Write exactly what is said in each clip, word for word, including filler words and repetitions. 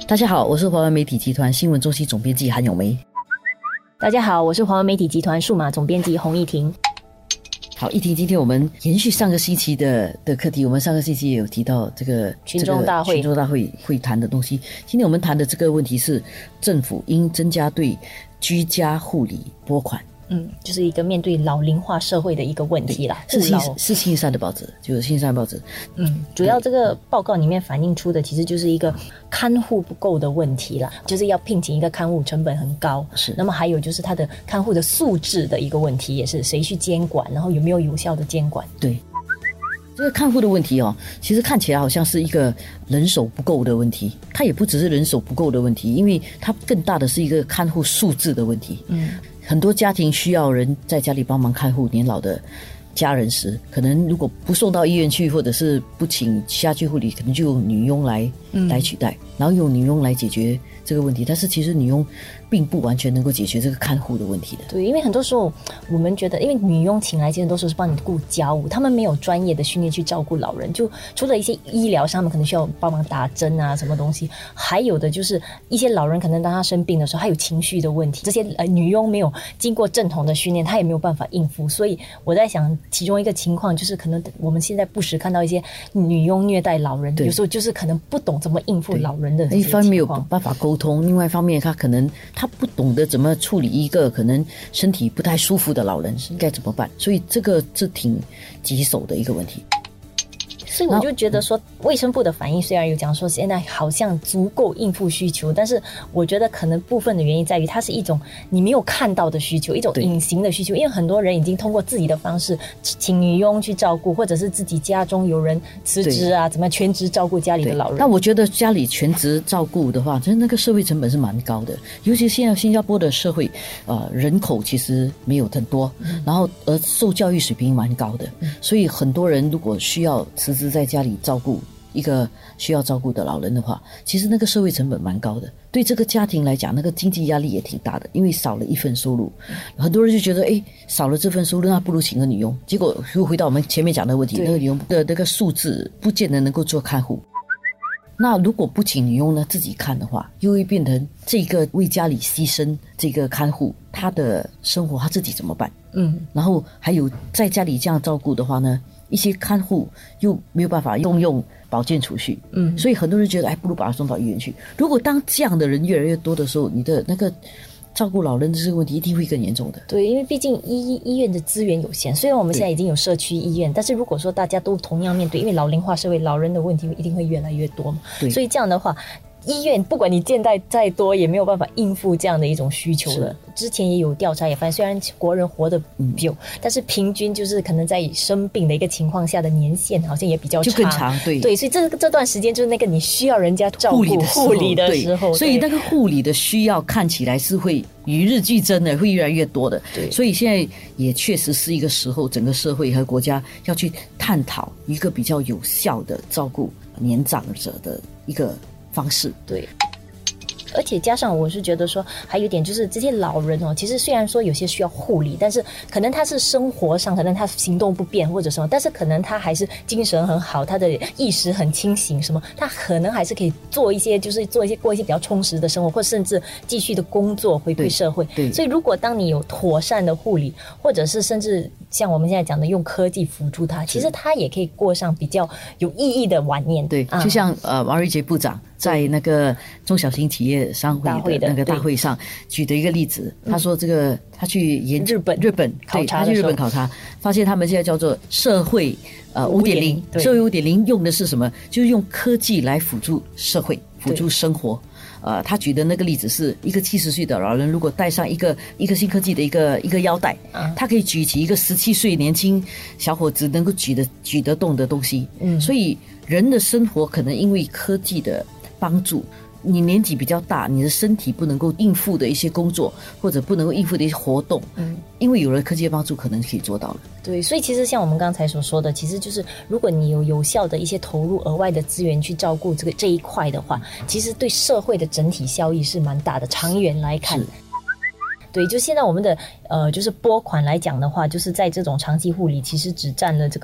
大家好，我是华文媒体集团新闻中心总编辑韩咏梅。 大家好，我是华文媒体集团数码总编辑洪逸婷。 好，逸婷，今天我们延续上个星期的的课题，我们上个星期也有提到这个群众大会、 这个、群众大会会谈的东西。今天我们谈的这个问题是政府应增加对居家护理拨款。 嗯，就是一个面对老龄化社会的一个问题啦。 是星是星期三的报纸，就是星期三报纸。 嗯，主要这个报告里面反映出的，其实就是一个看护不够的问题啦，就是要聘请一个看护成本很高。 是， 那么还有就是他的看护的素质的一个问题，也是谁去监管，然后有没有有效的监管。 对。这个看护的问题哦，其实看起来好像是一个人手不够的问题，它也不只是人手不够的问题，因为它更大的是一个看护素质的问题。嗯，很多家庭需要人在家里帮忙看护年老的家人时，可能如果不送到医院去，或者是不请家居护理，可能就用女佣来、嗯、来取代，然后用女佣来解决这个问题。但是其实女佣并不完全能够解决这个看护的问题的。 对，因为很多时候我们觉得，因为女佣请来其实很多时候是帮你顾家务，他们没有专业的训练去照顾老人，就除了一些医疗上，他们可能需要帮忙打针啊什么东西，还有的就是一些老人可能当他生病的时候，他有情绪的问题，这些呃女佣没有经过正统的训练，他也没有办法应付。所以我在想，其中一个情况就是可能我们现在不时看到一些女佣虐待老人，有时候就是可能不懂怎么应付老人的这些情况， 一方面没有办法沟通，另外一方面他可能他不懂得怎么处理一个可能身体不太舒服的老人应该怎么办，所以这个是挺棘手的一个问题。 所以我就觉得说，卫生部的反应虽然有讲说现在好像足够应付需求，但是我觉得可能部分的原因在于它是一种你没有看到的需求，一种隐形的需求。因为很多人已经通过自己的方式请女佣去照顾，或者是自己家中有人辞职啊，怎么全职照顾家里的老人。 但我觉得家里全职照顾的话，真的那个社会成本是蛮高的，尤其现在新加坡的社会，呃，人口其实没有很多，嗯、然后而受教育水平蛮高的，嗯、所以很多人如果需要辞职在家里照顾一个需要照顾的老人的话，其实那个社会成本蛮高的，对这个家庭来讲那个经济压力也挺大的，因为少了一份收入，很多人就觉得诶少了这份收入，那不如请个女佣，结果又回到我们前面讲的问题，那个女佣的那个素质不见得能够做看护。那如果不请女佣呢，自己看的话，又会变成这个为家里牺牲这个看护，他的生活他自己怎么办？嗯，然后还有在家里这样照顾的话呢，一些看护又没有办法动用保健储蓄，嗯，所以很多人觉得，哎，不如把他送到医院去。如果当这样的人越来越多的时候，你的那个照顾老人的这个问题一定会更严重的。对， 因为毕竟医医院的资源有限，虽然我们现在已经有社区医院，但是如果说大家都同样面对，因为老龄化社会，老人的问题一定会越来越多嘛，所以这样的话，医院不管你建代再多，也没有办法应付这样的一种需求了。之前也有调查也发现，虽然国人活得久、嗯，但是平均就是可能在生病的一个情况下的年限好像也比较长， 就更长。对对，所以这这段时间就是那个你需要人家照顾护理的时候， 所以那个护理的需要看起来是会与日俱增的，会越来越多的。对，所以现在也确实是一个时候，整个社会和国家要去探讨一个比较有效的照顾年长者的一个方式。 对。而且加上我是觉得说还有一点就是这些老人哦，其实虽然说有些需要护理，但是可能他是生活上可能他行动不便或者什么，但是可能他还是精神很好，他的意识很清醒什么，他可能还是可以做一些就是做一些过一些比较充实的生活，或甚至继续的工作回馈社会。对，所以如果当你有妥善的护理，或者是甚至像我们现在讲的用科技辅助他，其实他也可以过上比较有意义的晚年。 对，就像呃王瑞杰部长在那个中小型企业商会的那个大会上举的一个例子，他说这个他去研日本日本考察， 他去日本考察，发现他们现在叫做社会呃五点零，社会五点零用的是什么？就是用科技来辅助社会，辅助生活。呃，他举的那个例子是一个七十岁的老人，如果带上一个一个新科技的一个一个腰带，嗯、他可以举起一个十七岁年轻小伙子能够举得举得动的东西。嗯，所以人的生活可能因为科技的帮助，你年纪比较大，你的身体不能够应付的一些工作，或者不能够应付的一些活动，嗯，因为有了科技的帮助，可能可以做到了。 对，所以其实像我们刚才所说的，其实就是如果你有有效的一些投入额外的资源去照顾这个这一块的话，其实对社会的整体效益是蛮大的，长远来看。对，就现在我们的呃，就是拨款来讲的话，就是在这种长期护理，其实只占了这个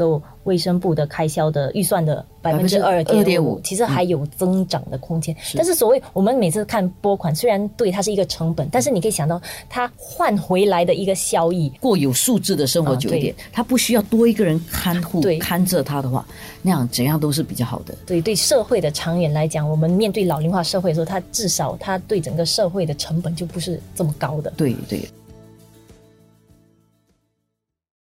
卫生部的开销的预算的百分之二点五，其实还有增长的空间。嗯、但是所谓我们每次看拨款，虽然对它是一个成本，但是你可以想到它换回来的一个效益。 过有素质的生活久一点，它、啊、不需要多一个人看护看着它的话，那样怎样都是比较好的。 对，对社会的长远来讲，我们面对老龄化社会的时候，它至少它对整个社会的成本就不是这么高的。 对对。